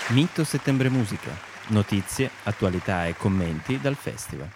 Mito Settembre Musica. Notizie, attualità e commenti dal festival.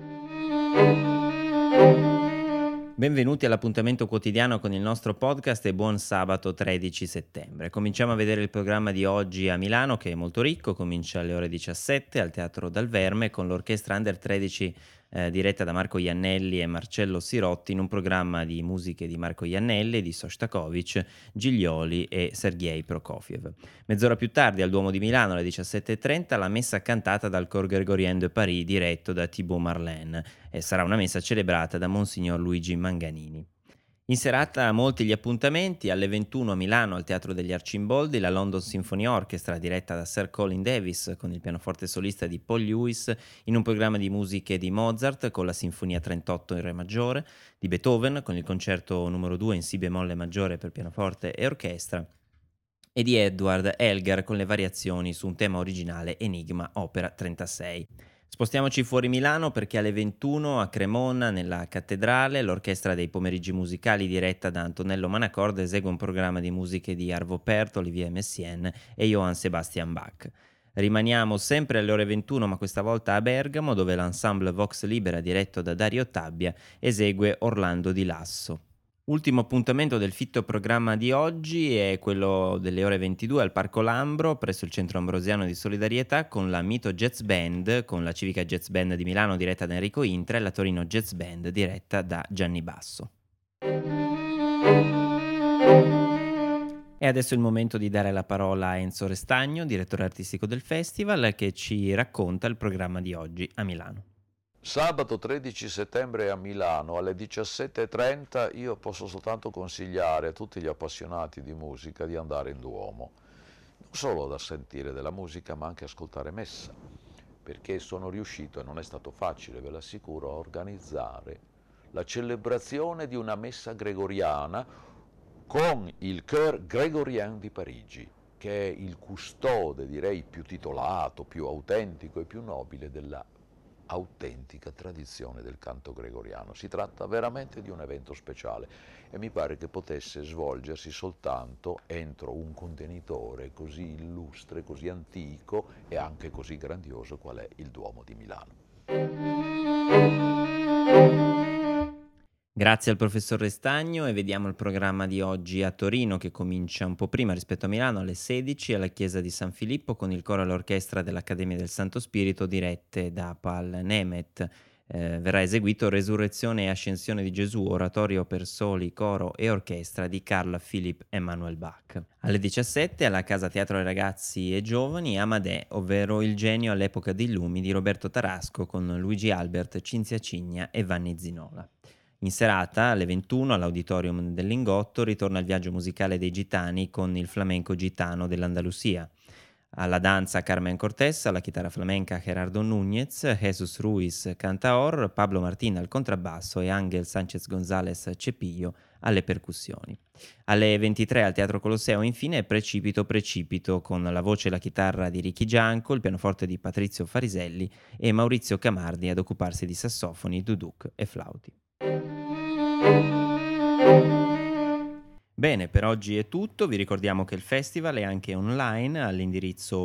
Benvenuti all'appuntamento quotidiano con il nostro podcast e buon sabato 13 settembre. Cominciamo a vedere il programma di oggi a Milano, che è molto ricco. Comincia alle ore 17 al Teatro Dal Verme con l'orchestra Under 13 diretta da Marco Iannelli e Marcello Sirotti, in un programma di musiche di Marco Iannelli, di Shostakovich, Giglioli e Sergei Prokofiev. Mezz'ora più tardi al Duomo di Milano alle 17:30 la messa cantata dal Cor Gregorien de Paris diretto da Thibaut Marlène, e sarà una messa celebrata da Monsignor Luigi Manganini. In serata molti gli appuntamenti: alle 21 a Milano al Teatro degli Arcimboldi la London Symphony Orchestra diretta da Sir Colin Davis con il pianoforte solista di Paul Lewis, in un programma di musiche di Mozart con la Sinfonia 38 in Re maggiore, di Beethoven con il concerto numero 2 in Si bemolle maggiore per pianoforte e orchestra, e di Edward Elgar con le variazioni su un tema originale Enigma opera 36. Spostiamoci fuori Milano perché alle 21 a Cremona, nella cattedrale, l'orchestra dei pomeriggi musicali diretta da Antonello Manaccorda esegue un programma di musiche di Arvo Pärt, Olivier Messiaen e Johann Sebastian Bach. Rimaniamo sempre alle ore 21, ma questa volta a Bergamo, dove l'ensemble Vox Libera diretto da Dario Tabbia esegue Orlando di Lasso. Ultimo appuntamento del fitto programma di oggi è quello delle ore 22 al Parco Lambro, presso il Centro Ambrosiano di Solidarietà, con la Mito Jazz Band, con la Civica Jazz Band di Milano diretta da Enrico Intra e la Torino Jazz Band diretta da Gianni Basso. E adesso è il momento di dare la parola a Enzo Restagno, direttore artistico del festival, che ci racconta il programma di oggi a Milano. Sabato 13 settembre a Milano alle 17:30 io posso soltanto consigliare a tutti gli appassionati di musica di andare in Duomo, non solo da sentire della musica ma anche ascoltare messa, perché sono riuscito, e non è stato facile, ve l'assicuro, a organizzare la celebrazione di una messa gregoriana con il Chœur Grégorien di Parigi, che è il custode, direi, più titolato, più autentico e più nobile della autentica tradizione del canto gregoriano. Si tratta veramente di un evento speciale e mi pare che potesse svolgersi soltanto entro un contenitore così illustre, così antico e anche così grandioso qual è il Duomo di Milano. Grazie al professor Restagno, e vediamo il programma di oggi a Torino, che comincia un po' prima rispetto a Milano, alle 16 alla chiesa di San Filippo con il coro e l'orchestra dell'Accademia del Santo Spirito dirette da Pal Nemet. Verrà eseguito Resurrezione e Ascensione di Gesù, oratorio per soli, coro e orchestra di Carl Philipp Emanuel Bach. Alle 17 alla Casa Teatro ai Ragazzi e Giovani Amadè, ovvero Il genio all'epoca dei lumi di Roberto Tarasco con Luigi Albert, Cinzia Cigna e Vanni Zinola. In serata, alle 21, all'Auditorium del Lingotto, ritorna il viaggio musicale dei gitani con il flamenco gitano dell'Andalusia. Alla danza Carmen Cortés, alla chitarra flamenca Gerardo Núñez, Jesus Ruiz cantaor, Pablo Martín al contrabbasso e Ángel Sánchez González Cepillo alle percussioni. Alle 23 al Teatro Colosseo infine Precipito Precipito con la voce e la chitarra di Ricky Gianco, il pianoforte di Patrizio Fariselli e Maurizio Camardi ad occuparsi di sassofoni, duduk e flauti. Bene, per oggi è tutto. Vi ricordiamo che il festival è anche online all'indirizzo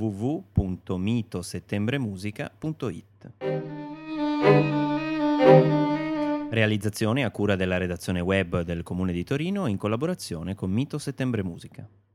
www.mitosettembremusica.it. Realizzazione a cura della redazione web del Comune di Torino in collaborazione con Mito Settembre Musica.